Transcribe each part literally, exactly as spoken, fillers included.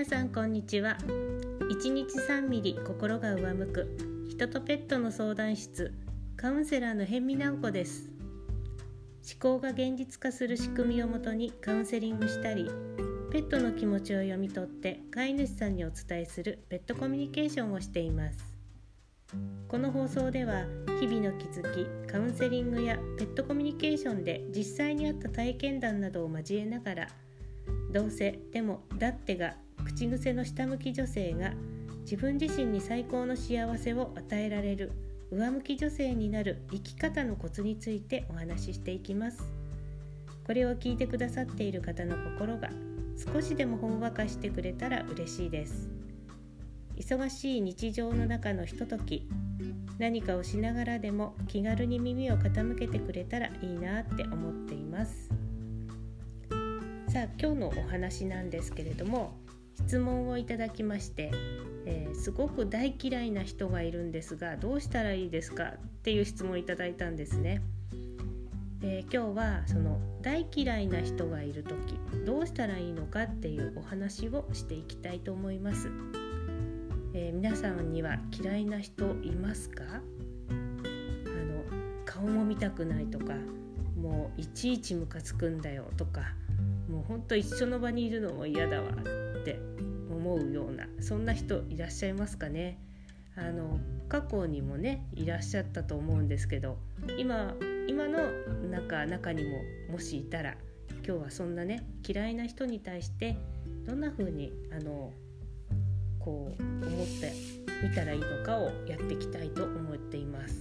さんこんにちは。いちにちさんミリ心が上向く人とペットの相談室、カウンセラーの辺見直子です。思考が現実化する仕組みをもとにカウンセリングしたり、ペットの気持ちを読み取って飼い主さんにお伝えするペットコミュニケーションをしています。この放送では日々の気づき、カウンセリングやペットコミュニケーションで実際にあった体験談などを交えながら、どうせでもだってが口癖の下向き女性が自分自身に最高の幸せを与えられる上向き女性になる生き方のコツについてお話ししていきます。これを聞いてくださっている方の心が少しでもほんわかしてくれたら嬉しいです。忙しい日常の中のひととき、何かをしながらでも気軽に耳を傾けてくれたらいいなって思っています。さあ、今日のお話なんですけれども、質問をいただきまして、えー、すごく大嫌いな人がいるんですがどうしたらいいですかっていう質問をいただいたんですね。で、今日はその大嫌いな人がいるときどうしたらいいのかっていうお話をしていきたいと思います。えー、皆さんには嫌いな人いますか？あの顔も見たくないとか、もういちいちムカつくんだよとか、もうほんと一緒の場にいるのも嫌だわって思うような、そんな人いらっしゃいますかね。あの過去にもねいらっしゃったと思うんですけど、今今の中中にももしいたら、今日はそんなね嫌いな人に対してどんな風にあのこう思ってみたらいいのかをやっていきたいと思っています。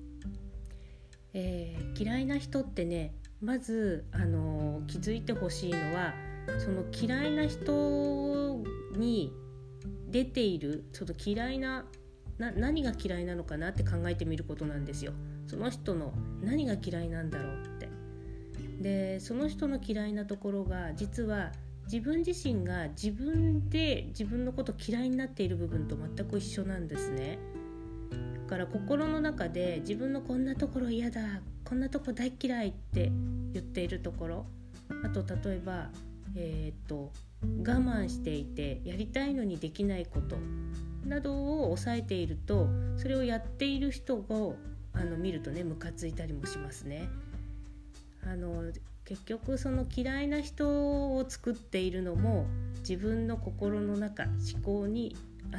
えー、嫌いな人ってね、まずあの気づいてほしいのは、その嫌いな人に出ているその嫌いなな何が嫌いなのかなって考えてみることなんですよ。その人の何が嫌いなんだろうって。で、その人の嫌いなところが実は自分自身が自分で自分のこと嫌いになっている部分と全く一緒なんですね。だから心の中で自分のこんなところ嫌だ、こんなとこ大嫌いって言っているところ、あと例えば、えー、っと我慢していてやりたいのにできないことなどを抑えていると、それをやっている人をあの見るとねムカついたりもしますね。あの結局その嫌いな人を作っているのも自分の心の中、思考にあって、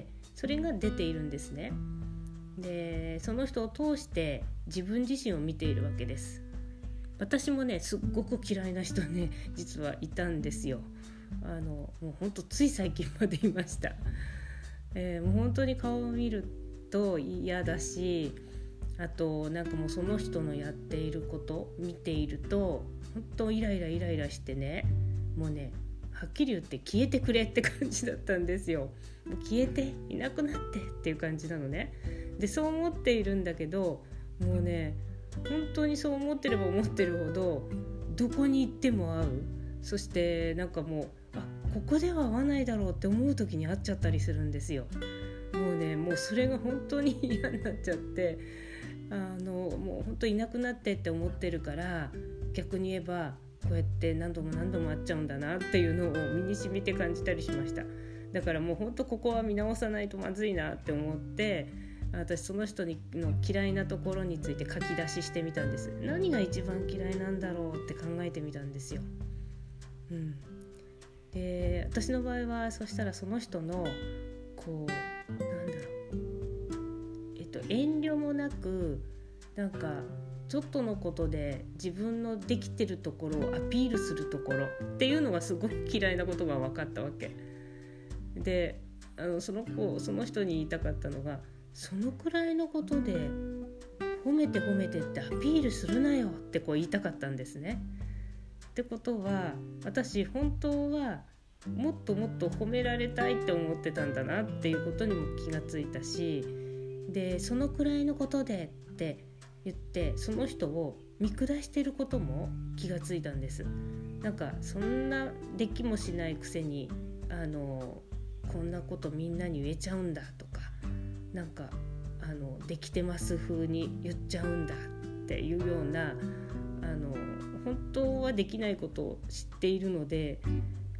それが出ているんですね。で、その人を通して自分自身を見ているわけです。私もねすっごく嫌いな人ね実はいたんですよ。あのもうほんとつい最近までいました。えー、もう本当に顔を見ると嫌だし、あとなんかもうその人のやっていること見ていると本当イライライライラしてね、もうねはっきり言って消えてくれって感じだったんですよ。もう消えて、いなくなってっていう感じなのね。で、そう思っているんだけど、もうね本当にそう思ってれば思ってるほどどこに行っても会う。そしてなんかもうあここでは会わないだろうって思う時に会っちゃったりするんですよ。もうねもうそれが本当に嫌になっちゃって、あのもう本当いなくなってって思ってるから、逆に言えばこうやって何度も何度も会っちゃうんだなっていうのを身に染みて感じたりしました。だからもう本当ここは見直さないとまずいなって思って、私その人の嫌いなところについて書き出ししてみたんです。何が一番嫌いなんだろうって考えてみたんですよ。うん、で、私の場合はそしたらその人のこうなんだろう、えっと遠慮もなく、なんかちょっとのことで自分のできてるところをアピールするところっていうのがすごく嫌いなことが分かったわけで、あのその子その人に言いたかったのが、そのくらいのことで褒めて褒めてってアピールするなよってこう言いたかったんですね。ってことは、私本当はもっともっと褒められたいって思ってたんだなっていうことにも気がついたし、でそのくらいのことでって言ってその人を見下してることも気がついたんです。なんかそんなできもしないくせにあのこんなことみんなに言えちゃうんだとか、なんかあのできてます風に言っちゃうんだっていうような、あの本当はできないことを知っているので、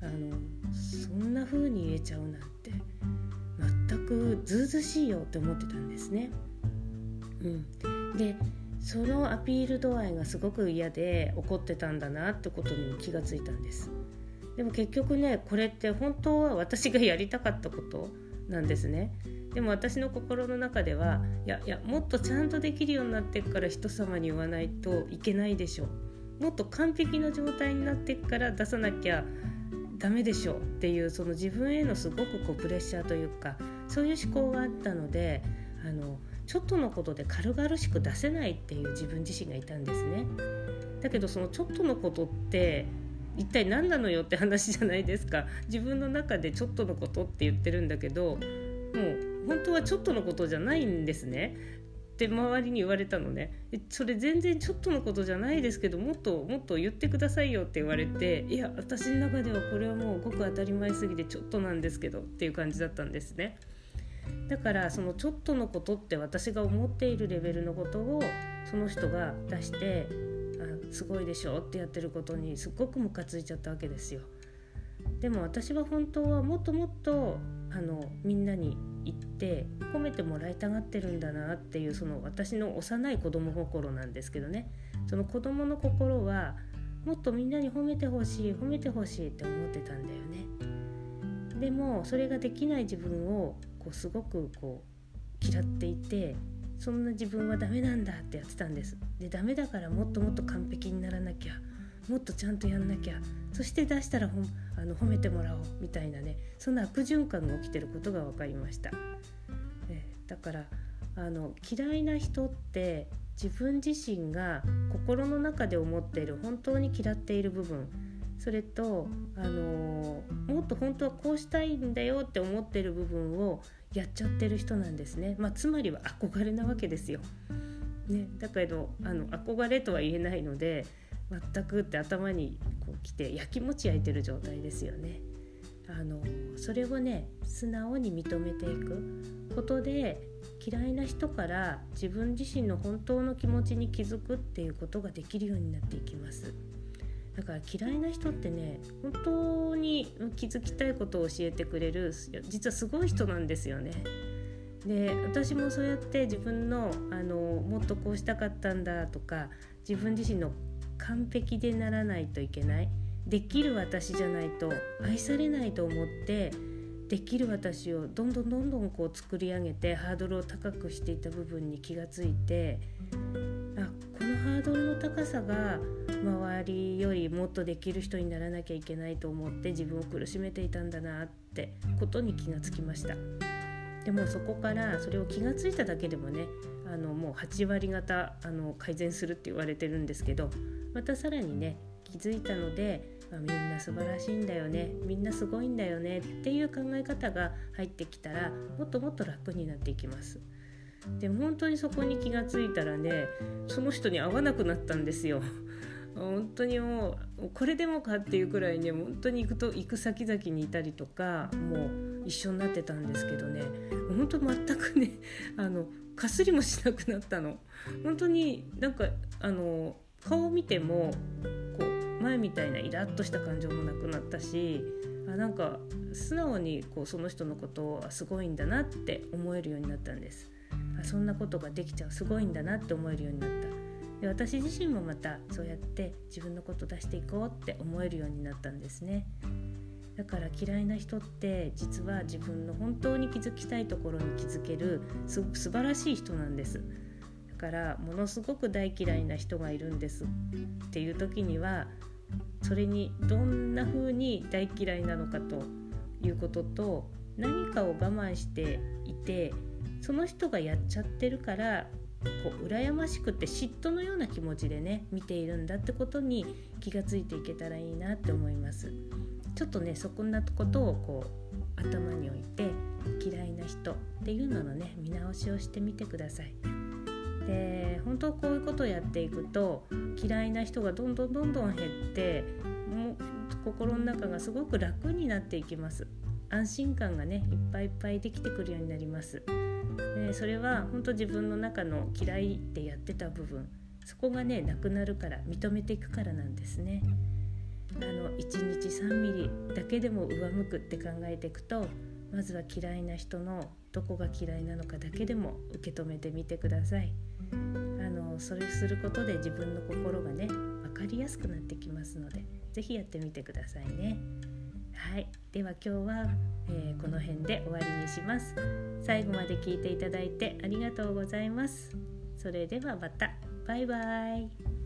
あのそんな風に言えちゃうなんて全くずうずうしいよって思ってたんですね。うん、でそのアピール度合いがすごく嫌で怒ってたんだなってことにも気がついたんです。でも結局ね、これって本当は私がやりたかったことなんですね。でも私の心の中ではいやいやもっとちゃんとできるようになってから人様に言わないといけないでしょ、もっと完璧な状態になってから出さなきゃダメでしょっていう、その自分へのすごくこうプレッシャーというか、そういう思考があったので、あのちょっとのことで軽々しく出せないっていう自分自身がいたんですね。だけどそのちょっとのことって一体何なのよって話じゃないですか。自分の中でちょっとのことって言ってるんだけど、もう本当はちょっとのことじゃないんですねって周りに言われたのね。えそれ全然ちょっとのことじゃないですけど、もっともっと言ってくださいよって言われて、いや私の中ではこれはもうごく当たり前すぎてちょっとなんですけどっていう感じだったんですね。だからそのちょっとのことって私が思っているレベルのことをその人が出して、あすごいでしょってやってることにすっごくムカついちゃったわけですよ。でも私は本当はもっともっとあのみんなに言って褒めてもらいたがってるんだなっていう、その私の幼い子供心なんですけどね、その子供の心はもっとみんなに褒めてほしい褒めてほしいって思ってたんだよね。でもそれができない自分をこうすごくこう嫌っていて、そんな自分はダメなんだってやってたんです。でダメだからもっともっと完璧にならなきゃ、もっとちゃんとやんなきゃ、そして出したらほんあの褒めてもらおうみたいなね、そんな悪循環が起きてることが分かりました。えだからあの嫌いな人って自分自身が心の中で思っている本当に嫌っている部分、それと、あのー、もっと本当はこうしたいんだよって思っている部分をやっちゃってる人なんですね。まあ、つまりは憧れなわけですよ、ね、だけどあの憧れとは言えないので、全くって頭にこう来てやきもち焼いてる状態ですよね。あのそれをね素直に認めていくことで、嫌いな人から自分自身の本当の気持ちに気づくっていうことができるようになっていきます。だから嫌いな人ってね、本当に気づきたいことを教えてくれる、実はすごい人なんですよね。で私もそうやって自分の、あのもっとこうしたかったんだとか、自分自身の完璧でならないといけない、できる私じゃないと愛されないと思って、できる私をどんどんどんどんこう作り上げてハードルを高くしていた部分に気がついて、あこのハードルの高さが周りよりもっとできる人にならなきゃいけないと思って自分を苦しめていたんだなってことに気がつきました。でもそこからそれを気がついただけでもね、あのもうはち割方あの改善するって言われてるんですけど、またさらにね気づいたので、まあ、みんな素晴らしいんだよね、みんなすごいんだよねっていう考え方が入ってきたら、もっともっと楽になっていきます。でも本当にそこに気がついたらね、その人に会わなくなったんですよ。本当にもうこれでもかっていうくらいね、本当に行くと行く先々にいたりとか、もう一緒になってたんですけどね、本当全くねあのかすりもしなくなったの。本当になんかあの顔を見てもこう前みたいなイラッとした感情もなくなったし、あなんか素直にこうその人のことはすごいんだなって思えるようになったんです。あそんなことができちゃう、すごいんだなって思えるようになった。で私自身もまたそうやって自分のこと出していこうって思えるようになったんですね。だから嫌いな人って実は自分の本当に気づきたいところに気づけるすごく素晴らしい人なんです。だからものすごく大嫌いな人がいるんですっていう時には、それにどんな風に大嫌いなのかということと、何かを我慢していてその人がやっちゃってるからこう羨ましくて嫉妬のような気持ちでね見ているんだってことに気がついていけたらいいなって思います。ちょっとねそこんなことをこう頭に置いて、嫌いな人っていうののね見直しをしてみてください。で本当こういうことをやっていくと、嫌いな人がどんどんどんどん減って、もう心の中がすごく楽になっていきます。安心感がねいっぱいいっぱいできてくるようになります。でそれは本当自分の中の嫌いってやってた部分、そこがねなくなるから、認めていくからなんですね。 あのいちにちさんミリだけでも上向くって考えていくと、まずは嫌いな人のどこが嫌いなのかだけでも受け止めてみてください。あのそれすることで自分の心がね分かりやすくなってきますので、ぜひやってみてくださいね。はい、では今日は、えー、この辺で終わりにします。最後まで聞いていただいてありがとうございます。それではまた。バイバイ。